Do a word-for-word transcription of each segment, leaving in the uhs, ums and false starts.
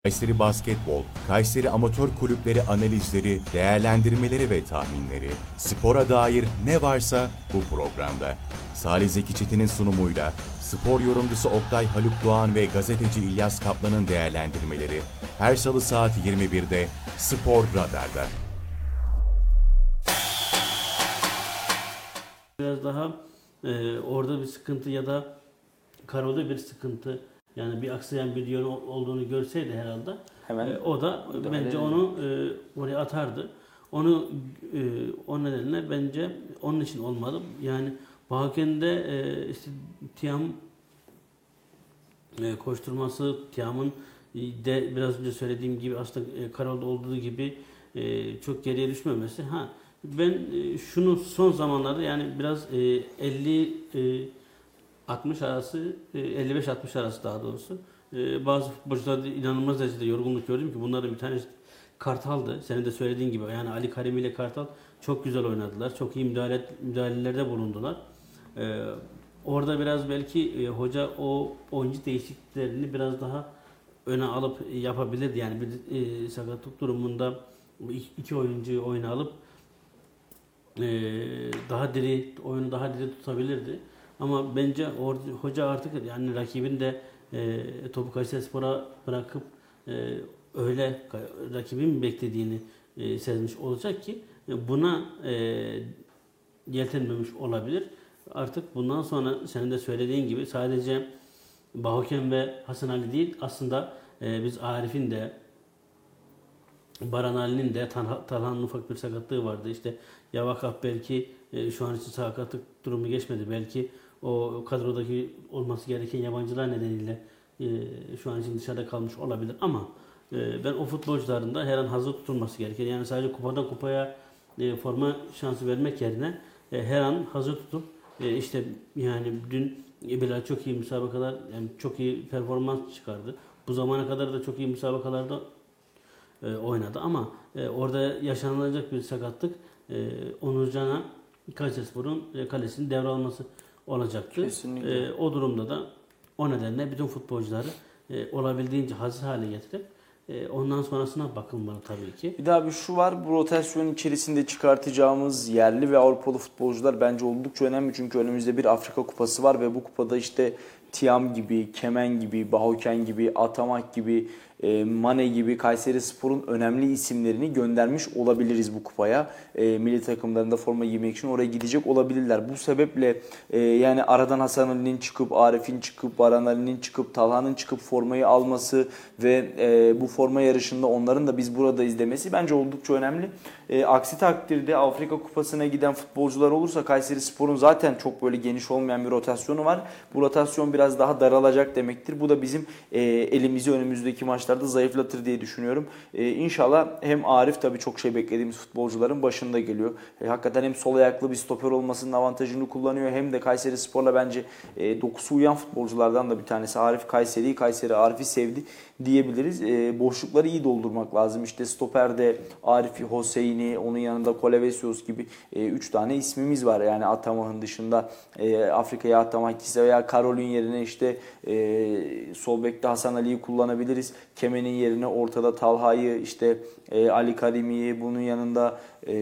Kayseri Basketbol, Kayseri Amatör Kulüpleri analizleri, değerlendirmeleri ve tahminleri, spora dair ne varsa bu programda. Salih Zeki Çetin'in sunumuyla spor yorumcusu Oktay Haluk Doğan ve gazeteci İlyas Kaplan'ın değerlendirmeleri her salı saat yirmi birde Spor Radar'da. Biraz daha e, orada bir sıkıntı ya da Karol'da bir sıkıntı, yani bir aksayan bir yön olduğunu görseydi herhalde Hemen e, o da bence onu e, oraya atardı. Onu e, o nedenle bence onun için olmadı. Yani Bahaken'de e, işte Tiam e, koşturması, Tiam'ın de biraz önce söylediğim gibi aslında e, Karol'da olduğu gibi e, çok geriye düşmemesi. Ha ben e, şunu son zamanlarda yani biraz e, elli altmış arası, elli beş altmış arası daha doğrusu. Bazı futbolcularda inanılmaz derecede yorgunluk gördüm ki bunların bir tanesi Kartal'dı. Senin de söylediğin gibi yani Ali Karim ile Kartal çok güzel oynadılar. Çok iyi müdahale, müdahalelerde bulundular. Orada biraz belki hoca o oyuncu değişikliklerini biraz daha öne alıp yapabilirdi. Yani bir sakatlık durumunda iki oyuncuyu oyuna alıp daha diri, oyunu daha diri tutabilirdi. Ama bence or, hoca artık yani rakibin de e, topu Kayserispor'a bırakıp e, öyle rakibin beklediğini e, sezmiş olacak ki e, buna e, yeltenmemiş olabilir. Artık bundan sonra senin de söylediğin gibi sadece Bahoken ve Hasan Ali değil aslında e, biz Arif'in de Baran Ali'nin de Talhan'ın ufak bir sakatlığı vardı. İşte Yavakaf belki e, şu an için sakatlık durumu geçmedi. Belki o kadrodaki olması gereken yabancılar nedeniyle e, şu an için dışarıda kalmış olabilir. Ama e, ben o futbolcuların da her an hazır tutulması gerekir. Yani sadece kupadan kupaya e, forma şansı vermek yerine e, her an hazır tutup e, işte yani dün Bilal çok iyi müsabakalar, yani çok iyi performans çıkardı. Bu zamana kadar da çok iyi müsabakalarda e, oynadı ama e, orada yaşanılacak bir sakatlık e, Onurcan'a Kayserispor'un e, kalesini devralması olacaktı. E, o durumda da o nedenle bütün futbolcuları e, olabildiğince hazır hale getirip e, ondan sonrasına bakılmalı tabii ki. Bir daha bir şu var, bu rotasyon içerisinde çıkartacağımız yerli ve Avrupalı futbolcular bence oldukça önemli. Çünkü önümüzde bir Afrika Kupası var ve bu kupada işte Tiam gibi, Kemen gibi, Bahoken gibi, Atamak gibi, e, Mane gibi Kayserispor'un önemli isimlerini göndermiş olabiliriz bu kupaya. E, milli takımlarında forma giymek için oraya gidecek olabilirler. Bu sebeple e, yani aradan Hasan Ali'nin çıkıp, Arif'in çıkıp, Baran Ali'nin çıkıp, Talha'nın çıkıp formayı alması ve e, bu forma yarışında onların da biz burada izlemesi bence oldukça önemli. E, aksi takdirde Afrika Kupası'na giden futbolcular olursa Kayserispor'un zaten çok böyle geniş olmayan bir rotasyonu var. Bu rotasyon biraz daha daralacak demektir. Bu da bizim e, elimizi önümüzdeki maçlarda zayıflatır diye düşünüyorum. E, İnşallah hem Arif tabii çok şey beklediğimiz futbolcuların başında geliyor. E, hakikaten hem sol ayaklı bir stoper olmasının avantajını kullanıyor hem de Kayserispor'la bence e, dokusu uyan futbolculardan da bir tanesi. Arif Kayseri'yi, Kayseri Arif'i sevdi diyebiliriz. E, boşlukları iyi doldurmak lazım. İşte stoperde Arif'i, Hoseyin'i, onun yanında Kolevesios gibi üç e, tane ismimiz var. Yani Atamah'ın dışında e, Afrika'ya Atamak ise veya Karol'ün yerine işte e, sol bekte Hasan Ali'yi kullanabiliriz. Kemen'in yerine ortada Talha'yı, işte e, Ali Karimi'yi, bunun yanında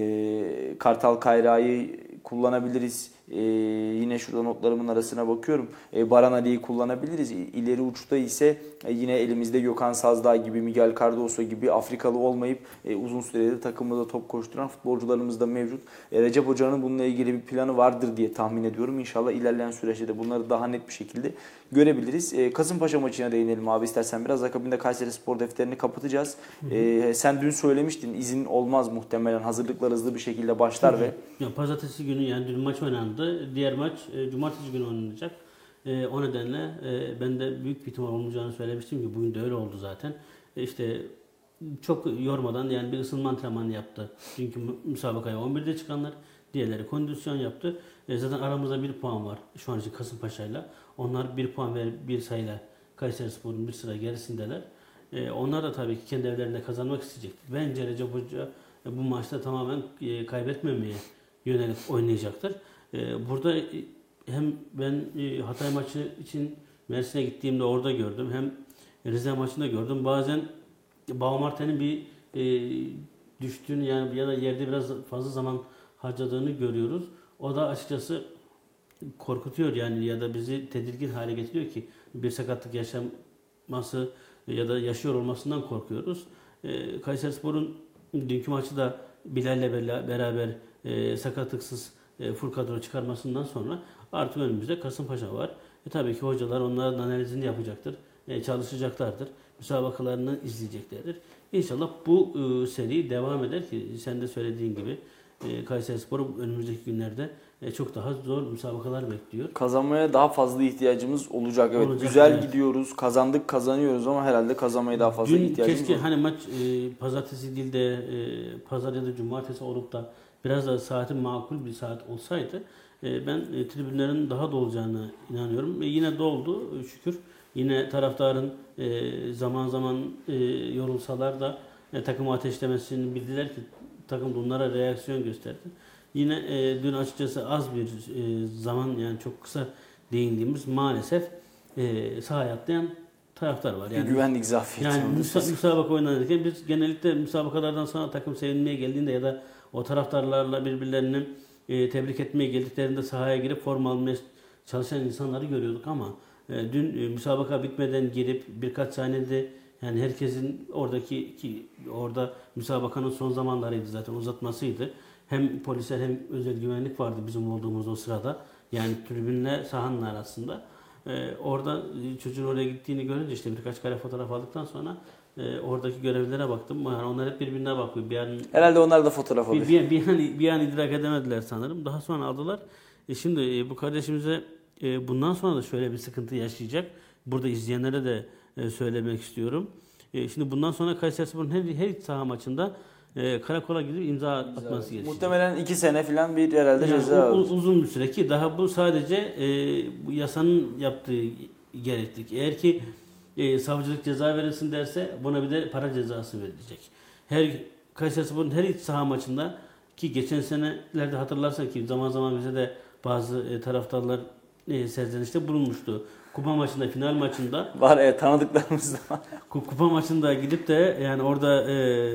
e, Kartal Kayra'yı kullanabiliriz. Ee, yine şurada notlarımın arasına bakıyorum. Ee, Baran Ali'yi kullanabiliriz. İleri uçta ise e, yine elimizde Gökhan Sazdağ gibi, Miguel Cardoso gibi Afrikalı olmayıp e, uzun süredir takımda top koşturan futbolcularımız da mevcut. E, Recep Hoca'nın bununla ilgili bir planı vardır diye tahmin ediyorum. İnşallah ilerleyen süreçte de bunları daha net bir şekilde görebiliriz. E, Kasımpaşa maçına değinelim abi istersen biraz. Akabinde Kayserispor defterini kapatacağız. E, sen dün söylemiştin izin olmaz muhtemelen. Hazırlıklar hızlı bir şekilde başlar. Hı hı. ve Ya, pazartesi günü yani dün maç oynandı. Diğer maç e, cumartesi günü oynanacak. E, o nedenle e, ben de büyük bir ihtimal olmayacağını söylemiştim ki bugün de öyle oldu zaten. E, işte çok yormadan yani bir ısınma antrenmanı yaptı. Çünkü müsabakaya on birde çıkanlar, diğerleri kondisyon yaptı. E, zaten aramızda bir puan var şu an için Kasımpaşa'yla. Onlar bir puan ve bir sayıyla Kayserispor'un bir sıra gerisindeler. E, onlar da tabii ki kendi evlerinde kazanmak isteyecektir. Bence Recep Hoca e, bu maçta tamamen e, kaybetmemeye yönelik oynayacaktır. E, burada e, hem ben e, Hatay maçı için Mersin'e gittiğimde orada gördüm, hem Rize maçında gördüm. Bazen Baumarte'nin bir e, düştüğünü yani ya da yerde biraz fazla zaman harcadığını görüyoruz. O da açıkçası korkutuyor yani ya da bizi tedirgin hale getiriyor ki bir sakatlık yaşaması ya da yaşıyor olmasından korkuyoruz. E, Kayserispor'un dünkü maçı da Bilal'le beraber e, sakatlıksız e, full kadro çıkarmasından sonra artık önümüzde Kasımpaşa var. E, tabii ki hocalar onların analizini yapacaktır. E, çalışacaklardır. Müsabakalarını izleyeceklerdir. İnşallah bu e, seri devam eder ki sen de söylediğin gibi e, Kayserispor önümüzdeki günlerde e, çok daha zor müsabakalar bekliyor. Kazanmaya daha fazla ihtiyacımız olacak. Evet, Olacak, güzel evet. gidiyoruz. Kazandık, kazanıyoruz ama herhalde kazanmaya daha fazla Dün ihtiyacımız keşke var. hani maç e, pazartesi değil de e, pazar ya da cumartesi olup da biraz da saatin makul bir saat olsaydı e, ben e, tribünlerin daha dolacağına inanıyorum. Ve yine doldu e, şükür. Yine taraftarın e, zaman zaman e, yorulsalar da e, takımı ateşlemesini bildiler ki takım bunlara reaksiyon gösterdi. Yine e, dün açıkçası az bir e, zaman yani çok kısa değindiğimiz maalesef e, sahaya atlayan taraftar var. Yani Bir güvenlik zafiyeti. yani oldu. müsa- müsabaka oynanırken biz genellikle müsabakalardan sonra takım sevinmeye geldiğinde ya da o taraftarlarla birbirlerini e, tebrik etmeye geldiklerinde sahaya girip forma almaya çalışan insanları görüyorduk ama e, dün e, müsabaka bitmeden girip birkaç saniyede yani herkesin oradaki ki orada müsabakanın son zamanlarıydı zaten uzatmasıydı. Hem polisler hem özel güvenlik vardı bizim olduğumuz o sırada. Yani tribünle sahanın arasında. Ee, orada çocuğun oraya gittiğini görünce işte birkaç kare fotoğraf aldıktan sonra e, oradaki görevlilere baktım. Yani onlar hep birbirine bakıyor. Bir an, Herhalde onlar da fotoğraf bir, alıyor. bir, bir, an, bir an idrak edemediler sanırım. Daha sonra aldılar. E şimdi e, bu kardeşimize e, bundan sonra da şöyle bir sıkıntı yaşayacak. Burada izleyenlere de e, söylemek istiyorum. E, şimdi bundan sonra Kayserispor'un her, her saha maçında e, karakola gidip imza atması gerekecek. Muhtemelen iki sene falan bir herhalde Yani ceza u- alır. uzun bir süre ki daha bu sadece e, bu yasanın yaptığı gereklik. Eğer ki e, savcılık ceza verilsin derse buna bir de para cezası verilecek. Her Kayserispor'un her iç saha maçında ki geçen senelerde hatırlarsan ki zaman zaman bize de bazı e, taraftarlar e, serzenişte bulunmuştu. Kupa maçında, final maçında Var evet, tanıdıklarımız da var. Ku- Kupa maçında gidip de yani orada e,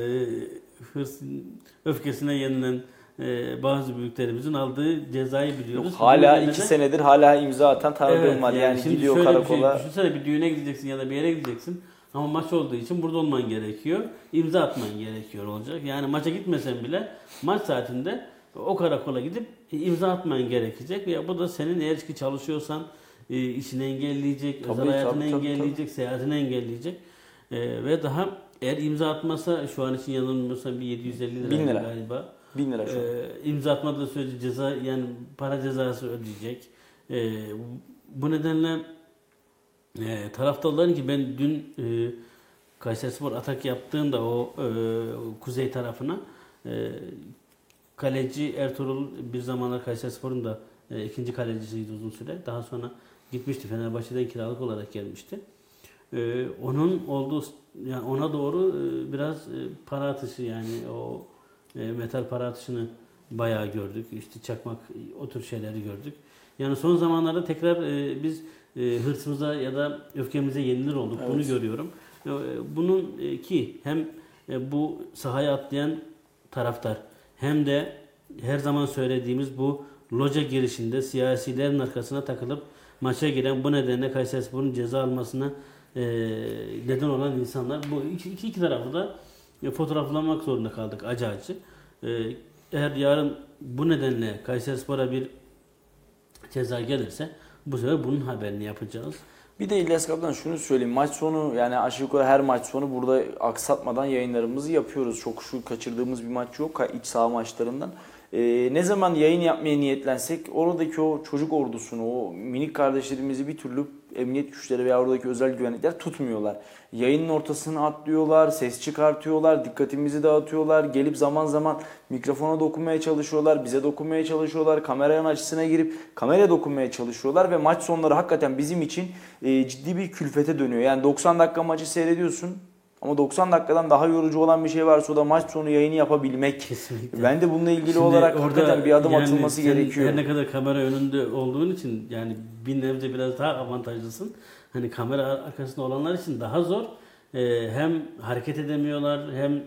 hırs, öfkesine yenilen e, bazı büyüklerimizin aldığı cezayı biliyoruz. Yok, hala Bu nedenle iki de- senedir hala imza atan tanıdığım Evet, var. Yani, şimdi gidiyor şöyle karakola. Bir şey, düşünsene bir düğüne gideceksin ya da bir yere gideceksin ama maç olduğu için burada olman gerekiyor. İmza atman gerekiyor olacak. Yani maça gitmesen bile maç saatinde o karakola gidip imza atman gerekecek. Ya bu da senin eğer ki çalışıyorsan e, işini engelleyecek, Tabii, özel hayatını tabii, tabii, engelleyecek, seyahatini engelleyecek. E, ve daha eğer imza atmasa şu an için yanılmıyorsam bir yedi yüz elli lira, Bin lira. galiba. Bin lira şu an. Ee, imza atmadığı sürece ceza yani para cezası ödeyecek. Ee, bu nedenle e, taraftarların ki ben dün e, Kayserispor atak yaptığında o e, kuzey tarafına e, kaleci Ertuğrul bir zamanlar Kayserispor'un da e, ikinci kalecisiydi uzun süre. Daha sonra gitmişti Fenerbahçe'den kiralık olarak gelmişti. E, onun olduğu yani ona doğru e, biraz e, para atışı yani o e, metal para atışını bayağı gördük. İşte çakmak o tür şeyleri gördük. Yani son zamanlarda tekrar e, biz e, hırsımıza ya da öfkemize yenilir olduk. Evet. Bunu görüyorum. E, bunun e, ki hem e, bu sahaya atlayan taraftar hem de her zaman söylediğimiz bu loca girişinde siyasilerin arkasına takılıp maça giren bu nedenle Kayserispor'un ceza almasına e, neden olan insanlar. Bu iki, iki, iki tarafı da e, fotoğraflamak zorunda kaldık acı acı. E, eğer yarın bu nedenle Kayserispor'a bir ceza gelirse bu sefer bunun haberini yapacağız. Bir de İlyas Kaptan şunu söyleyeyim. Maç sonu yani aşağı yukarı her maç sonu burada aksatmadan yayınlarımızı yapıyoruz. Çok şu kaçırdığımız bir maç yok iç saha maçlarından. Ee, ne zaman yayın yapmaya niyetlensek oradaki o çocuk ordusunu, o minik kardeşlerimizi bir türlü emniyet güçleri veya oradaki özel güvenlikler tutmuyorlar. Yayının ortasını atlıyorlar, ses çıkartıyorlar, dikkatimizi dağıtıyorlar. Gelip zaman zaman mikrofona dokunmaya çalışıyorlar, bize dokunmaya çalışıyorlar. Kameranın açısına girip kameraya dokunmaya çalışıyorlar ve maç sonları hakikaten bizim için e, ciddi bir külfete dönüyor. Yani doksan dakika maçı seyrediyorsun. Ama doksan dakikadan daha yorucu olan bir şey varsa o da maç sonu yayını yapabilmek. Kesinlikle. Ben de bununla ilgili Şimdi olarak orada hakikaten bir adım yani atılması sen gerekiyor. Her ne kadar kamera önünde olduğun için yani bir nebze biraz daha avantajlısın. Hani kamera arkasında olanlar için daha zor. e, hem hareket edemiyorlar hem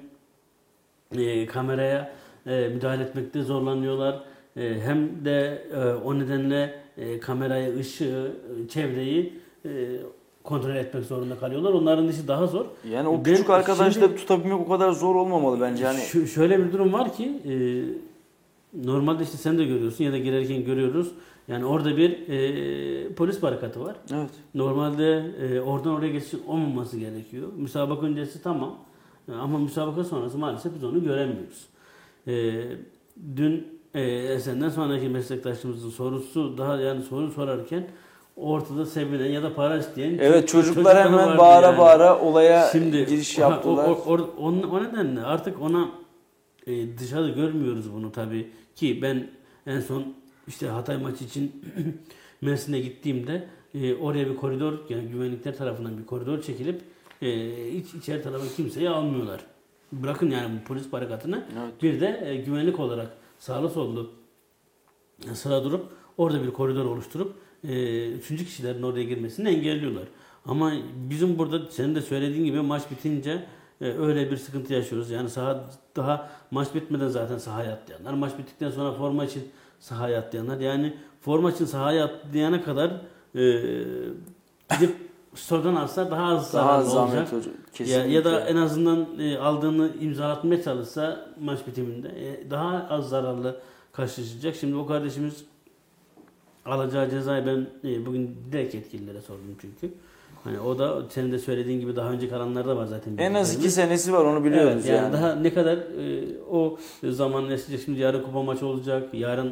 e, kameraya e, müdahale etmekte zorlanıyorlar. E, hem de e, o nedenle e, kamerayı, ışığı, çevreyi e, kontrol etmek zorunda kalıyorlar. Onların işi daha zor. Yani o Ben küçük arkadaşları şimdi- tutabilmek o kadar zor olmamalı bence. Yani Ş- şöyle bir durum var ki e, normalde işte sen de görüyorsun ya da girerken görüyoruz. Yani orada bir e, polis barikatı var. evet. Normalde e, oradan oraya geçiş olmaması gerekiyor. Müsabaka öncesi tamam. E, ama müsabaka sonrası maalesef biz onu göremiyoruz. E, dün e, senden sonraki meslektaşımızın sorusu daha yani soru sorarken ortada sevinen ya da para isteyen Evet, çocuk- çocuklar çocukları hemen vardı bağıra yani. bağıra olaya Şimdi giriş o- yaptılar. O, o, o, o, o nedenle artık ona e, dışarıda görmüyoruz bunu tabii ki ben en son işte Hatay maçı için Mersin'e gittiğimde e, oraya bir koridor yani güvenlikler tarafından bir koridor çekilip e, hiç içeri tarafa kimseyi almıyorlar. Bırakın yani bu polis barikatını. Evet. Bir de e, güvenlik olarak sağlı sollu sıra durup orada bir koridor oluşturup e, üçüncü kişilerin oraya girmesini engelliyorlar. Ama bizim burada senin de söylediğin gibi maç bitince e, öyle bir sıkıntı yaşıyoruz. Yani saha daha maç bitmeden zaten sahaya atlayanlar, maç bittikten sonra forma için sahaya atlayanlar. Yani forma için sahaya atlayana kadar e, gidip store'dan alsa daha az Daha zararlı az zahmet olacak. hocam. Ya, Kesinlikle. ya da en azından e, aldığını imzalatmaya çalışsa maç bitiminde e, daha az zararlı karşılaşacak. Şimdi o kardeşimiz alacağı cezayı ben e, bugün direkt yetkililere sordum çünkü. Hani o da senin de söylediğin gibi daha önce kalanlarda var zaten. En az iki bildiklerimiz. senesi var, onu biliyoruz Evet, yani, yani. daha ne kadar e, o zaman neslecek. Şimdi yarın kupa maçı olacak. Yarın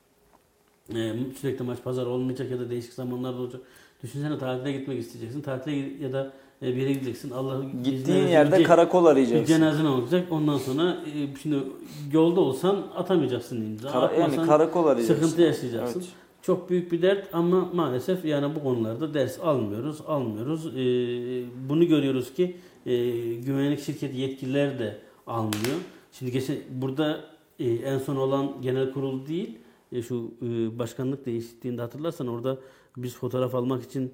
e, sürekli maç pazar olmayacak ya da değişik zamanlarda olacak. Düşünsene tatile gitmek isteyeceksin. Tatile ya da e, bir yere gideceksin. Allah'ın Gittiğin izniyle yerde bir- karakol bir arayacaksın. cenazen olacak. Ondan sonra e, şimdi yolda olsan atamayacaksın imza. Kara- yani Atmasan karakol arayacaksın. sıkıntı yaşayacaksın. Evet. Çok büyük bir dert ama maalesef yani bu konularda ders almıyoruz, almıyoruz. Ee, bunu görüyoruz ki e, güvenlik şirketi yetkililer de almıyor. Şimdi geçen burada e, en son olan genel kurul değil, e, şu e, başkanlık değişikliğinde hatırlarsan orada biz fotoğraf almak için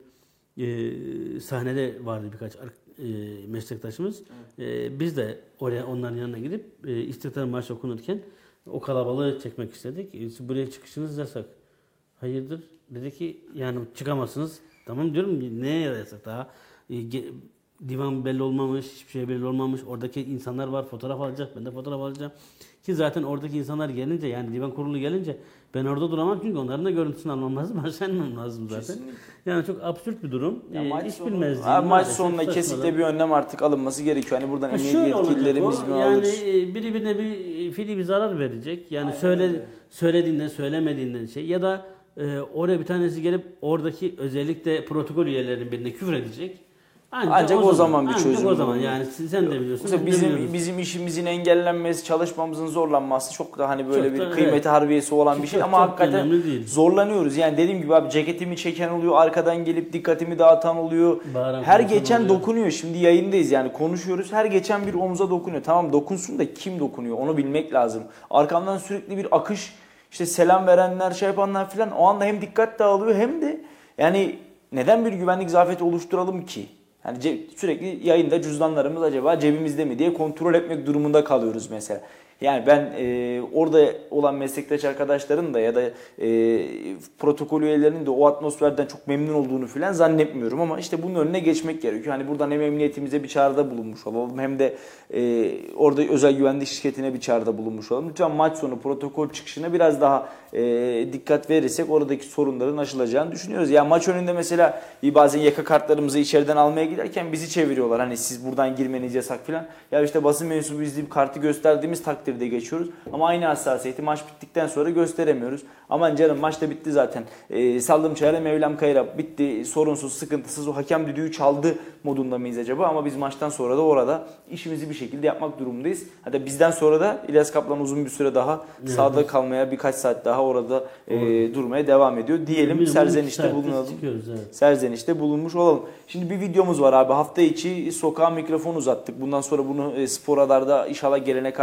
e, sahnede vardı birkaç ar- e, meslektaşımız. E, biz de oraya onların yanına gidip e, İstiklal Marşı okunurken o kalabalığı çekmek istedik. E, buraya çıkışınız yasak. Hayırdır? Dedi ki yani çıkamazsınız. Tamam diyorum neye yasak daha? E, ge- divan belli olmamış, hiçbir şey belli olmamış. Oradaki insanlar var, fotoğraf alacak. Ben de fotoğraf alacağım. Ki zaten oradaki insanlar gelince yani divan kurulu gelince ben orada duramam çünkü onların da görüntüsünü almam lazım. Aşağı inmem lazım zaten. Kesinlikle. Yani çok absürt bir durum. Ya E, maç iş sonu- bilmezliği. Abi maç maalesef sonunda saçmalık. kesinlikle bir önlem artık alınması gerekiyor. Hani buradan Ha, emniyet şöyle olacak yetkililerimiz o, mi yani alır? e, biri birine bir e, fiili bir zarar verecek. Yani Aynen söyle öyle. söylediğinden söylemediğinden şey ya da e, oraya bir tanesi gelip oradaki özellikle protokol üyelerinin birine küfür edecek. Ancak o zaman bir ancak çözüm o zaman bulunur. yani siz- sen de biliyorsun. Mesela ben de bizim biliyoruz. bizim işimizin engellenmesi, çalışmamızın zorlanması çok da hani böyle Çok bir da, kıymeti evet. harbiyesi olan bir Çok- şey çok ama hakikaten önemli değil. zorlanıyoruz. Yani dediğim gibi abi ceketimi çeken oluyor, arkadan gelip dikkatimi dağıtan oluyor. Bağıran Her konuşan geçen oluyor. dokunuyor. Şimdi yayındayız yani konuşuyoruz. Her geçen bir omuza dokunuyor. Tamam dokunsun da kim dokunuyor onu bilmek lazım. Arkamdan sürekli bir akış, işte selam verenler, şey yapanlar filan o anda hem dikkat dağılıyor hem de yani neden bir güvenlik zafiyeti oluşturalım ki? Yani ce- sürekli yayında cüzdanlarımız acaba cebimizde mi diye kontrol etmek durumunda kalıyoruz mesela. Yani ben e, orada olan meslektaş arkadaşların da ya da e, protokol üyelerinin de o atmosferden çok memnun olduğunu filan zannetmiyorum ama işte bunun önüne geçmek gerekiyor. Hani buradan hem emniyetimize bir çağrıda bulunmuş olalım hem de e, orada özel güvenlik şirketine bir çağrıda bulunmuş olalım. Lütfen maç sonu protokol çıkışına biraz daha e, dikkat verirsek oradaki sorunların aşılacağını düşünüyoruz. Ya maç önünde mesela bazen yaka kartlarımızı içeriden almaya giderken bizi çeviriyorlar. Hani siz buradan girmeniz yasak filan. Ya işte basın mensubu izleyip kartı gösterdiğimiz takdirde geçiyoruz. Ama aynı hassasiyeti maç bittikten sonra gösteremiyoruz. Aman canım maç da bitti zaten. E, Saldım Çayır'a Mevlam Kayır'a bitti. Sorunsuz, sıkıntısız o hakem düdüğü çaldı modunda mıyız acaba? Ama biz maçtan sonra da orada işimizi bir şekilde yapmak durumundayız. Hatta bizden sonra da İlyas Kaplan uzun bir süre daha Evet. sahada kalmaya, birkaç saat daha orada e, durmaya devam ediyor. Diyelim Minimum iki serzenişte saatte bulunalım. çıkıyoruz, evet. Serzenişte bulunmuş olalım. Şimdi bir videomuz var abi. Hafta içi sokağa mikrofon uzattık. Bundan sonra bunu e, spor radarda inşallah gelenek haline getireceğiz.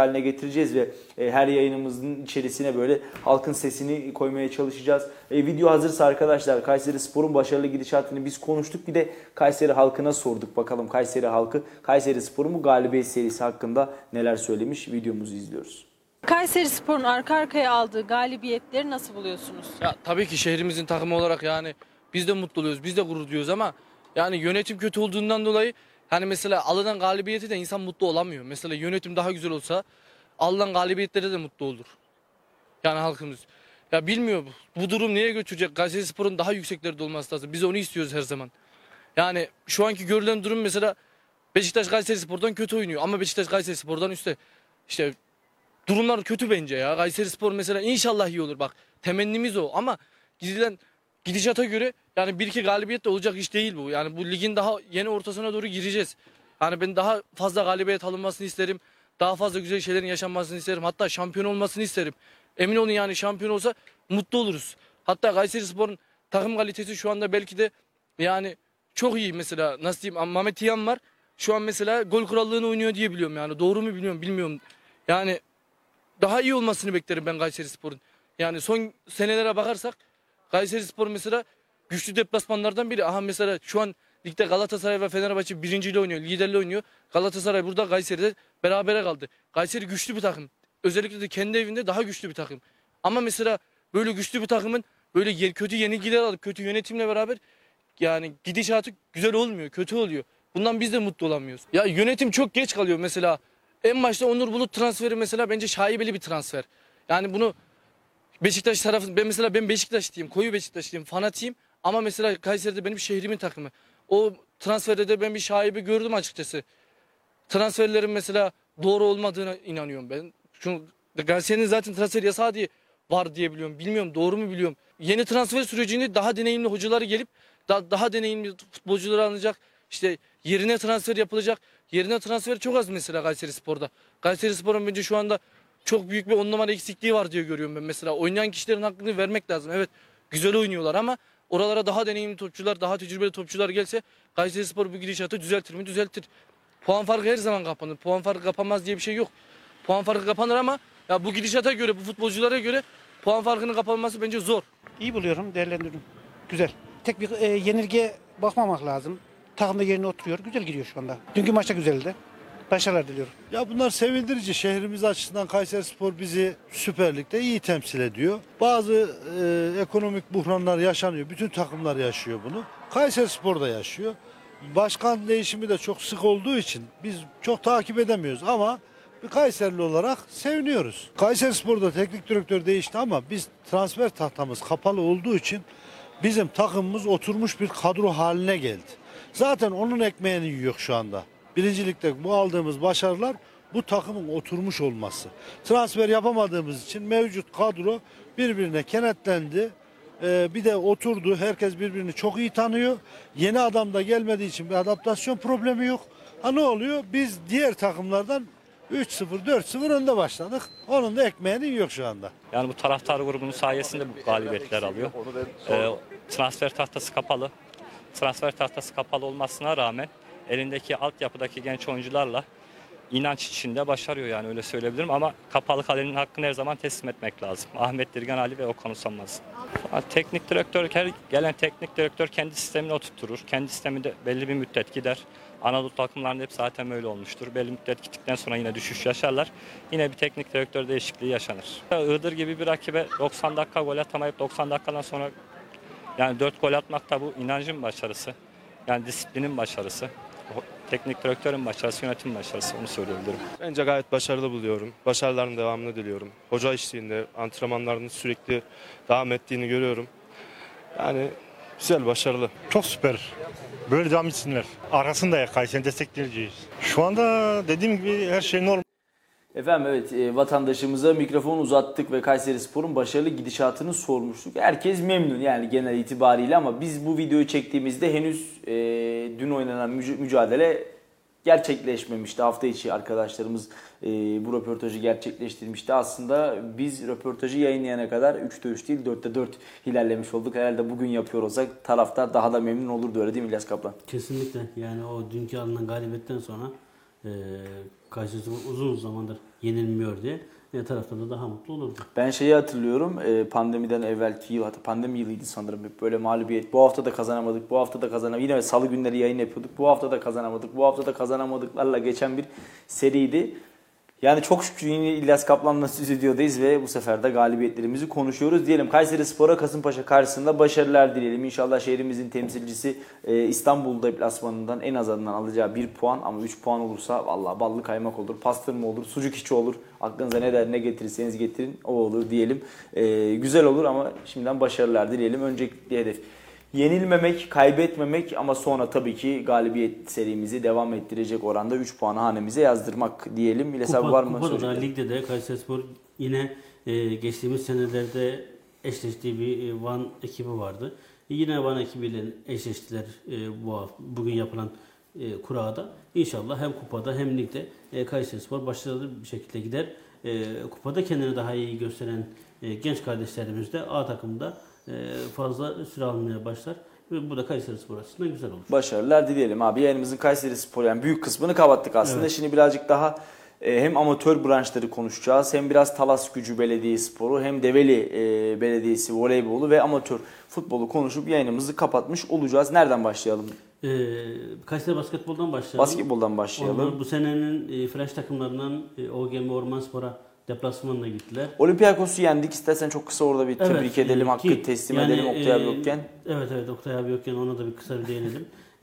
getireceğiz ve e, her yayınımızın içerisine böyle halkın sesini koymaya çalışacağız. E, video hazırsa arkadaşlar Kayserispor'un başarılı gidişatını biz konuştuk. Bir de Kayseri halkına sorduk. Bakalım Kayseri halkı Kayserispor'un bu galibiyet serisi hakkında neler söylemiş, videomuzu izliyoruz. Kayserispor'un arka arkaya aldığı galibiyetleri nasıl buluyorsunuz? Ya tabii ki şehrimizin takımı olarak yani biz de mutlu oluyoruz, biz de gurur duyuyoruz ama yani yönetim kötü olduğundan dolayı hani mesela alınan galibiyeti de insan mutlu olamıyor. Mesela yönetim daha güzel olsa alınan galibiyetlere de mutlu olur. Yani halkımız. Ya bilmiyor bu, bu durum neye götürecek? Kayserispor'un daha yükseklerde olması lazım. Biz onu istiyoruz her zaman. Yani şu anki görülen durum mesela Beşiktaş Kayserispor'dan kötü oynuyor ama Beşiktaş Kayserispor'dan üstte. İşte durumlar kötü bence ya. Kayserispor mesela inşallah iyi olur bak. Temennimiz o ama gidilen gidişata göre yani bir iki galibiyet de olacak iş değil bu. Yani bu ligin daha yeni ortasına doğru gireceğiz. Yani ben daha fazla galibiyet alınmasını isterim. Daha fazla güzel şeylerin yaşanmasını isterim. Hatta şampiyon olmasını isterim. Emin olun yani şampiyon olsa mutlu oluruz. Hatta Kayserispor'un takım kalitesi şu anda belki de yani çok iyi mesela nasıl diyeyim Mehmet Tiyan var. Şu an mesela gol krallığını oynuyor diye biliyorum yani. Doğru mu biliyorum bilmiyorum. Yani daha iyi olmasını beklerim ben Kayserispor'un. Yani son senelere bakarsak Kayserispor mesela güçlü deplasmanlardan biri. Aha mesela şu an ligde Galatasaray ve Fenerbahçe birinciyle oynuyor, liderle oynuyor. Galatasaray burada Kayseri'de berabere kaldı. Kayseri güçlü bir takım. Özellikle de kendi evinde daha güçlü bir takım. Ama mesela böyle güçlü bir takımın böyle kötü yenilgiler alıp kötü yönetimle beraber yani gidişatı güzel olmuyor, kötü oluyor. Bundan biz de mutlu olamıyoruz. Ya yönetim çok geç kalıyor mesela. En başta Onur Bulut transferi mesela bence şaibeli bir transfer. Yani bunu Beşiktaş tarafı ben mesela ben Beşiktaşlıyım, koyu Beşiktaşlıyım, fanatiyim ama mesela Kayseri'de benim şehrimin takımı. O transferde de ben bir şaibe gördüm açıkçası. Transferlerin mesela doğru olmadığına inanıyorum ben. Şu Kayseri'nin zaten transfer yasağı diye var diye biliyorum. Bilmiyorum doğru mu biliyorum. Yeni transfer sürecinde daha deneyimli hocaları gelip daha, daha deneyimli futbolcular alınacak. İşte yerine transfer yapılacak. Yerine transfer çok az mesela Kayserispor'da. Kayserispor'un bence şu anda çok büyük bir on numara eksikliği var diye görüyorum ben mesela. Oynayan kişilerin hakkını vermek lazım. Evet güzel oynuyorlar ama oralara daha deneyimli topçular, daha tecrübeli topçular gelse Kayserispor bu gidişatı düzeltir mi? Düzeltir. Puan farkı her zaman kapanır. Puan farkı kapanmaz diye bir şey yok. Puan farkı kapanır ama ya bu gidişata göre, bu futbolculara göre puan farkının kapanması bence zor. İyi buluyorum, değerlendiriyorum. Güzel. Tek bir e, yenilgiye bakmamak lazım. Takım da yerine oturuyor. Güzel gidiyor şu anda. Dünkü maçta güzeldi. Başarılar diliyorum. Ya bunlar sevindirici. Şehrimiz açısından Kayserispor bizi Süper Lig'de iyi temsil ediyor. Bazı e, ekonomik buhranlar yaşanıyor. Bütün takımlar yaşıyor bunu. Kayserispor da yaşıyor. Başkan değişimi de çok sık olduğu için biz çok takip edemiyoruz ama bir Kayserili olarak seviniyoruz. Kayserispor'da teknik direktör değişti ama biz transfer tahtamız kapalı olduğu için bizim takımımız oturmuş bir kadro haline geldi. Zaten onun ekmeğini yiyor şu anda. Birincilikte bu aldığımız başarılar bu takımın oturmuş olması. Transfer yapamadığımız için mevcut kadro birbirine kenetlendi. Ee, bir de oturdu. Herkes birbirini çok iyi tanıyor. Yeni adam da gelmediği için bir adaptasyon problemi yok. Ha ne oluyor? Biz diğer takımlardan üç sıfır dört sıfır önde başladık. Onun da ekmeğini yok şu anda. Yani bu taraftar grubunun sayesinde bu galibiyetler alıyor. Ee, transfer tahtası kapalı. Transfer tahtası kapalı olmasına rağmen elindeki altyapıdaki genç oyuncularla inanç içinde başarıyor yani öyle söyleyebilirim ama kapalı kalenin hakkını her zaman teslim etmek lazım. Ahmet Dirgan Ali ve Okan Usanmaz. Teknik direktör, her gelen teknik direktör kendi sistemini oturtur. Kendi sisteminde belli bir müddet gider. Anadolu takımlarında hep zaten böyle olmuştur. Belli müddet gittikten sonra yine düşüş yaşarlar. Yine bir teknik direktör değişikliği yaşanır. Iğdır gibi bir rakibe doksan dakika gol atamayıp doksan dakikadan sonra yani dört gol atmak da bu inancın başarısı. Yani disiplinin başarısı. Teknik direktörün başarısı, yönetimin başarısı onu söyleyebilirim. Bence gayet başarılı buluyorum. Başarıların devamını diliyorum. Hoca eşliğinde antrenmanlarının sürekli devam ettiğini görüyorum. Yani güzel, başarılı. Çok süper. Böyle devam etsinler. Arkasındayız, Kayseri'ni destekleyeceğiz. Şu anda dediğim gibi her şey normal. Efendim evet e, vatandaşımıza mikrofon uzattık ve Kayserispor'un başarılı gidişatını sormuştuk. Herkes memnun yani genel itibariyle ama biz bu videoyu çektiğimizde henüz e, dün oynanan müc- mücadele gerçekleşmemişti. Hafta içi arkadaşlarımız e, bu röportajı gerçekleştirmişti. Aslında biz röportajı yayınlayana kadar üçte üç değil dörtte dört ilerlemiş olduk. Herhalde bugün yapıyor olsak taraftar daha da memnun olurdu öyle değil mi İlyas Kaplan? Kesinlikle yani o dünkü alınan galibiyetten sonra e, Kayserispor uzun zamandır yenilmiyor diye e, taraftarlar daha mutlu olurdu. Ben şeyi hatırlıyorum, e, pandemiden evvelki yıl, hatta pandemi yılıydı sanırım, böyle mağlubiyet. Bu hafta da kazanamadık, bu hafta da kazanamadık. Yine salı günleri yayın yapıyorduk. Bu hafta da kazanamadık, bu hafta da kazanamadıklarla geçen bir seriydi. Yani çok şükür yine İlyas Kaplan'la stüdyodayız ve bu sefer de galibiyetlerimizi konuşuyoruz. Diyelim Kayserispor'a Kasımpaşa karşısında başarılar dileyelim. İnşallah şehrimizin temsilcisi e, İstanbul deplasmanından en azından alacağı bir puan, ama üç puan olursa vallahi ballı kaymak olur, pastırma olur, sucuk içi olur. Aklınıza ne der ne getirirseniz getirin o olur diyelim. E, güzel olur ama şimdiden başarılar dileyelim. Öncelikli hedef yenilmemek, kaybetmemek ama sonra tabii ki galibiyet serimizi devam ettirecek oranda üç puanı hanemize yazdırmak diyelim. İlyas abi var mı? Kupada da, ligde de Kayserispor yine e, geçtiğimiz senelerde eşleştiği bir e, Van ekibi vardı. E, yine Van ekibiyle eşleştiler e, bu bugün yapılan e, kurada. İnşallah hem kupada hem ligde e, Kayserispor başarılı bir şekilde gider. E, kupada kendini daha iyi gösteren e, genç kardeşlerimiz de A takımda fazla süre almaya başlar. Ve bu da Kayserispor açısından güzel olur. Başarılar dileyelim abi. Yayınımızın Kayserispor yani büyük kısmını kapattık aslında. Evet. Şimdi birazcık daha hem amatör branşları konuşacağız. Hem biraz Talas Gücü Belediyesporu hem Develi Belediyesi voleybolu ve amatör futbolu konuşup yayınımızı kapatmış olacağız. Nereden başlayalım? Ee, Kayseri basketboldan başlayalım. Basketboldan başlayalım. Onlar bu senenin flash takımlarından O G M Ormanspor'a deplasmanına gittiler. Olympiakos'u yendik. İstersen çok kısa orada bir tebrik evet, edelim, ki, hakkı teslim yani, edelim Oktay abi yokken. Evet evet Oktay abi yokken ona da bir kısa bir değinelim. e,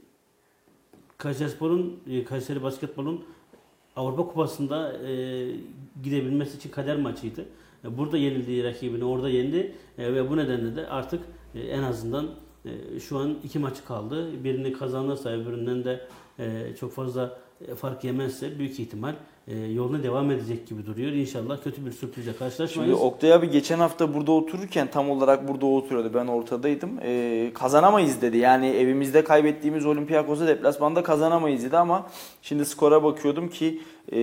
Kayserispor'un, Kayseri Basketbol'un Avrupa Kupası'nda e, gidebilmesi için kader maçıydı. E, burada yenildiği rakibini orada yendi e, ve bu nedenle de artık e, en azından e, şu an iki maçı kaldı. Birini kazanırsa öbüründen de e, çok fazla fark yemezse büyük ihtimal e, yoluna devam edecek gibi duruyor. İnşallah kötü bir sürprizle karşılaşmayız. Şimdi Oktay abi geçen hafta burada otururken tam olarak burada oturuyordu. Ben ortadaydım. E, kazanamayız dedi. Yani evimizde kaybettiğimiz Olympiakos'a deplasmanda kazanamayız dedi ama şimdi skora bakıyordum ki e,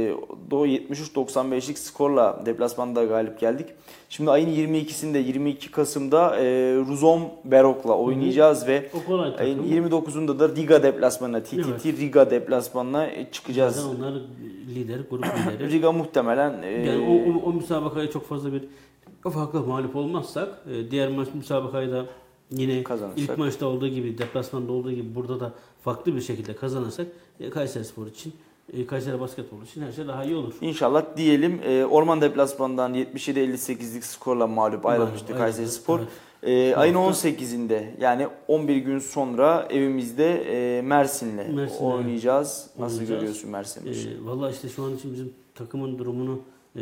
yetmiş üç doksan beşlik skorla deplasmanda galip geldik. Şimdi ayın yirmi ikisinde yirmi iki Kasım'da e, Ruzom Berok'la oynayacağız. Hı-hı. Ve ayın yirmi dokuzunda da Riga deplasmanına T T T evet. Riga deplasmanına çıkacağız. Zaten onlar lider, grup lideri. Riga muhtemelen e, yani o, o, o müsabakaya çok fazla bir farklı mağlup olmazsak diğer maç müsabakayı da yine ilk maçta olduğu gibi, deplasmanda olduğu gibi burada da farklı bir şekilde kazanırsak Kayserispor için, Kayseri Basketbol için her şey daha iyi olur. İnşallah diyelim. Orman deplasmanından yetmiş yedi elli sekizlik skorla mağlup ayrılmıştı Kayserispor. Evet. Ee, ayın on sekizinde yani on bir gün sonra evimizde e, Mersin'le Mersin'le oynayacağız. Nasıl oynayacağız. Görüyorsun Mersin'i? Ee, Valla işte şu an için bizim takımın durumunu e,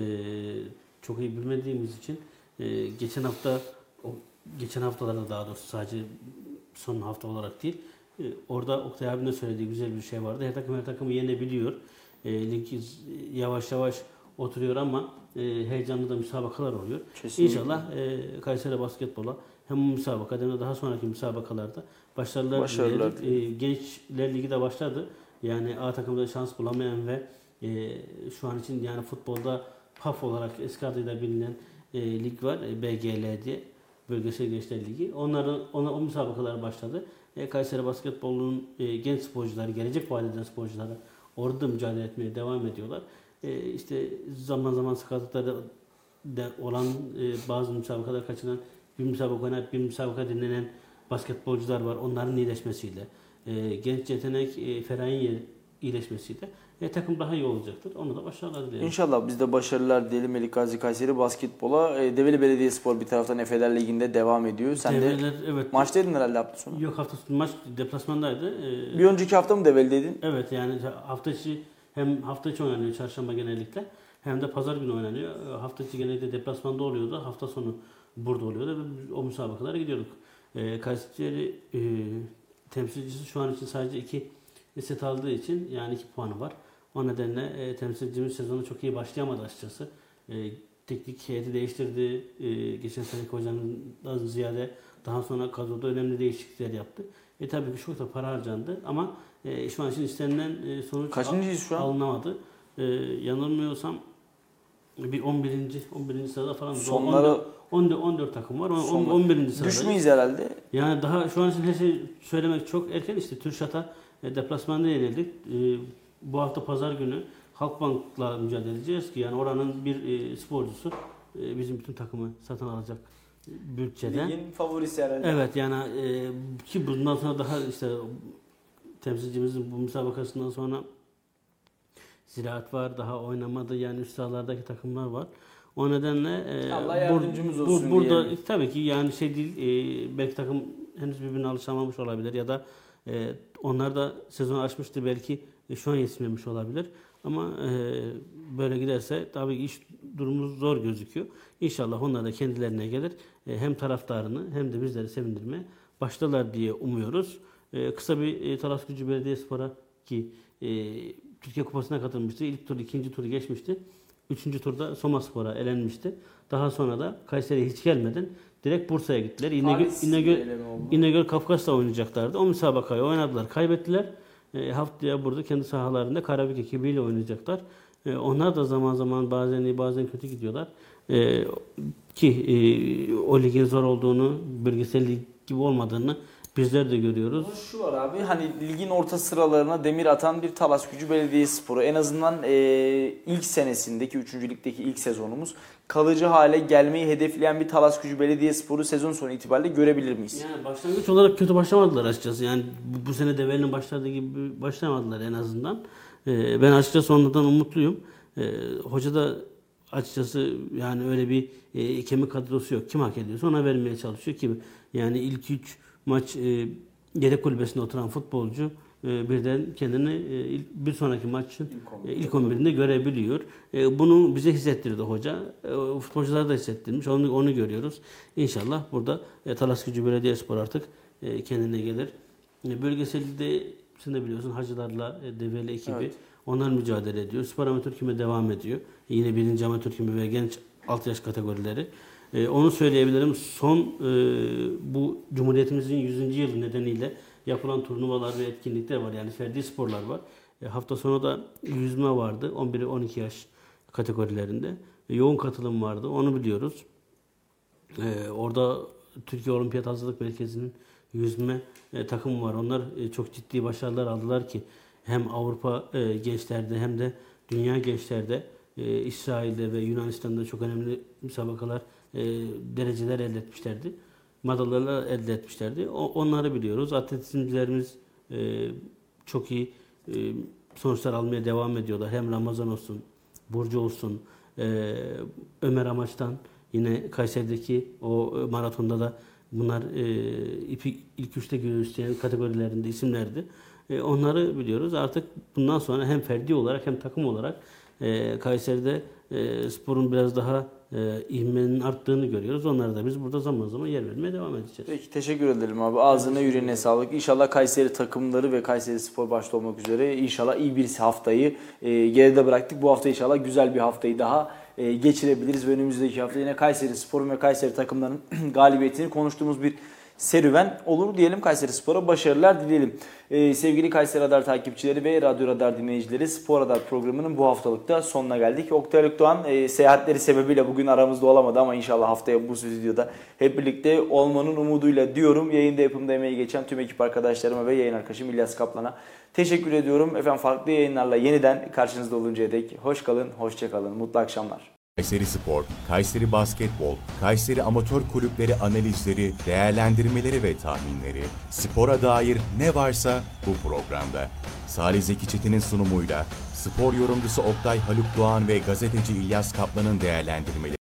çok iyi bilmediğimiz için e, geçen hafta o, geçen haftalarda daha doğrusu sadece son hafta olarak değil e, orada Oktay abinin söylediği güzel bir şey vardı. Her takım her takımı yenebiliyor. E, lig yavaş yavaş oturuyor ama e, heyecanlı da müsabakalar oluyor. Kesinlikle. İnşallah e, Kayseri Basketbol'a hem bu müsabakada hem de daha sonraki müsabakalarda başarılar, başarılar dilerim. E, Gençler Ligi de başladı. Yani A takımda şans bulamayan ve e, şu an için yani futbolda P A F olarak eski adıyla bilinen e, lig var. E, B G L diye. Bölgesel Gençler Ligi. Onların ona o müsabakalar başladı. E, Kayseri Basketbol'un e, genç sporcuları, gelecek vaat eden sporcuları orada mücadele etmeye devam ediyorlar. E, işte zaman zaman sakatlıkları olan e, bazı müsabakalar kaçıran bir müsabaka oynayıp bir müsabaka dinlenen basketbolcular var. Onların iyileşmesiyle, e, genç yetenek e, Feray'ın iyileşmesiyle e, takım daha iyi olacaktır. Onu da başarılar dilerim. İnşallah biz de başarılar diyelim Melik Gazi Kayseri Basketbol'a. E, Develi Belediyespor bir taraftan Efeler Ligi'nde devam ediyor. Sen Develiler, de evet. Maçtaydın herhalde hafta sonu. Yok, hafta sonu maç deplasmandaydı. E, bir önceki hafta mı Develi'deydin? Evet, yani hafta içi hem hafta içi oynanıyor çarşamba genellikle hem de pazar günü oynanıyor. Hafta içi genellikle deplasmanda oluyordu. Hafta sonu burada oluyordu ve o müsabakalara gidiyorduk. E, Kayseri e, temsilcisi şu an için sadece iki set aldığı için yani iki puanı var. O nedenle e, temsilcimiz sezonu çok iyi başlayamadı açıkçası. E, teknik heyeti değiştirdi. E, geçen seneki hocandan ziyade daha sonra kadroda önemli değişiklikler yaptı. E tabii ki çok da para harcandı ama e, şu an için istenilen e, sonuç Kaçıncıyız şu an? alınamadı. E, yanılmıyorsam bir on birinci on birinci sırada falan. Sonları on dört, on dört takım var. on, on birinci sırada. Düşmeyiz herhalde. Yani daha şu an için her şey söylemek çok erken. İşte Türşat'a e, deplasmanda yenildik. E, bu hafta pazar günü Halkbank'la mücadele edeceğiz ki yani oranın bir e, sporcusu e, bizim bütün takımı satın alacak bütçeden. Ligin favorisi herhalde. Evet yani e, ki bundan sonra daha işte temsilcimizin bu müsabakasından sonra Ziraat var, daha oynamadı yani üst sahalardaki takımlar var. O nedenle e, Allah yardımcımız bur, olsun bur, burada diyelim. tabii ki yani şey değil e, belki takım henüz birbirine alışamamış olabilir ya da e, onlar da sezonu açmıştı belki e, şu an yetişmemiş olabilir. Ama e, böyle giderse tabii ki iş durumumuz zor gözüküyor. İnşallah onlar da kendilerine gelir. E, hem taraftarını hem de bizleri sevindirmeye başlarlar diye umuyoruz. E, kısa bir e, Talasgücü Belediyespor'a ki e, Türkiye Kupası'na katılmıştı. İlk tur, ikinci turu geçmişti. Üçüncü turda Somaspor'a elenmişti. Daha sonra da Kayseri'ye hiç gelmeden direkt Bursa'ya gittiler. İnegöl, İnegöl, İnegöl Kafkas'la oynayacaklardı. O müsabakayı oynadılar, kaybettiler. E, haftaya burada kendi sahalarında Karabük ekibiyle oynayacaklar. E, onlar da zaman zaman bazen iyi bazen kötü gidiyorlar. E, ki e, o ligin zor olduğunu, bölgesel lig gibi olmadığını bizler de görüyoruz. Ama şu var abi hani ligin orta sıralarına demir atan bir Talasgücü Belediyesporu en azından e, ilk senesindeki üçüncü ligdeki ilk sezonumuz kalıcı hale gelmeyi hedefleyen bir Talasgücü Belediyesporu sezon sonu itibariyle görebilir miyiz? Yani başlangıç olarak kötü başlamadılar açıkçası. Yani bu, bu sene Develi'nin başladığı gibi başlamadılar en azından. Ee, ben açıkçası onlardan umutluyum. Ee, hoca da açıkçası yani öyle bir e, kemik kadrosu yok. Kim hak ediyorsa ona vermeye çalışıyor ki yani ilk üç maç e, yedek kulübesinde oturan futbolcu e, birden kendini e, bir sonraki maçın e, ilk on birinde görebiliyor. E, bunu bize hissettirdi hoca. E, futbolculara da hissettirmiş. Onu, onu görüyoruz. İnşallah burada e, Talasgücü Belediyespor artık e, kendine gelir. E, bölgeselde sen de biliyorsun Hacılarla e, Develi ekibi Evet. onlar mücadele ediyor. Spor amatör küme devam ediyor. E, yine birinci amatör küme ve genç alt yaş kategorileri. Ee, onu söyleyebilirim. Son e, bu Cumhuriyetimizin yüzüncü yılı nedeniyle yapılan turnuvalar ve etkinlikler var. Yani ferdi sporlar var. E, hafta sonu da yüzme vardı. on bir on iki yaş kategorilerinde. E, yoğun katılım vardı. Onu biliyoruz. E, orada Türkiye Olimpiyat Hazırlık Merkezi'nin yüzme e, takımı var. Onlar e, çok ciddi başarılar aldılar ki hem Avrupa e, gençlerde hem de dünya gençlerde e, İsrail'de ve Yunanistan'da çok önemli müsabakalar E, dereceler elde etmişlerdi. Madalyalar elde etmişlerdi. O, onları biliyoruz. Atletizmcilerimiz e, çok iyi e, sonuçlar almaya devam ediyorlar. Hem Ramazan olsun, Burcu olsun, e, Ömer Amaç'tan yine Kayseri'deki o maratonda da bunlar e, ipi, ilk üçte göğüsleyen kategorilerinde isimlerdi. E, onları biliyoruz. Artık bundan sonra hem ferdi olarak hem takım olarak e, Kayseri'de e, sporun biraz daha e, ivmenin arttığını görüyoruz. Onlara da biz burada zaman zaman yer vermeye devam edeceğiz. Peki teşekkür ederim abi. Ağzına yüreğine sağlık. İnşallah Kayseri takımları ve Kayseri Spor başta olmak üzere inşallah iyi bir haftayı e, geride bıraktık. Bu hafta inşallah güzel bir haftayı daha e, geçirebiliriz ve önümüzdeki hafta yine Kayseri Spor ve Kayseri takımlarının galibiyetini konuştuğumuz bir serüven olur diyelim. Kayseri Spor'a başarılar dileyelim. Ee, sevgili Kayseri Radar takipçileri ve Radyo Radar dinleyicileri, Spor Radar programının bu haftalıkta sonuna geldik. Oktay Halukdoğan e, seyahatleri sebebiyle bugün aramızda olamadı ama inşallah haftaya bu stüdyoda hep birlikte olmanın umuduyla diyorum. Yayında yapımda emeği geçen tüm ekip arkadaşlarıma ve yayın arkadaşım İlyas Kaplan'a teşekkür ediyorum. Efendim farklı yayınlarla yeniden karşınızda oluncaya dek hoş kalın, hoşça kalın. Mutlu akşamlar. Kayseri Spor, Kayseri Basketbol, Kayseri Amatör Kulüpleri analizleri, değerlendirmeleri ve tahminleri, spora dair ne varsa bu programda. Salih Zeki Çetin'in sunumuyla spor yorumcusu Oktay Halukdoğan ve gazeteci İlyas Kaplan'ın değerlendirmeleri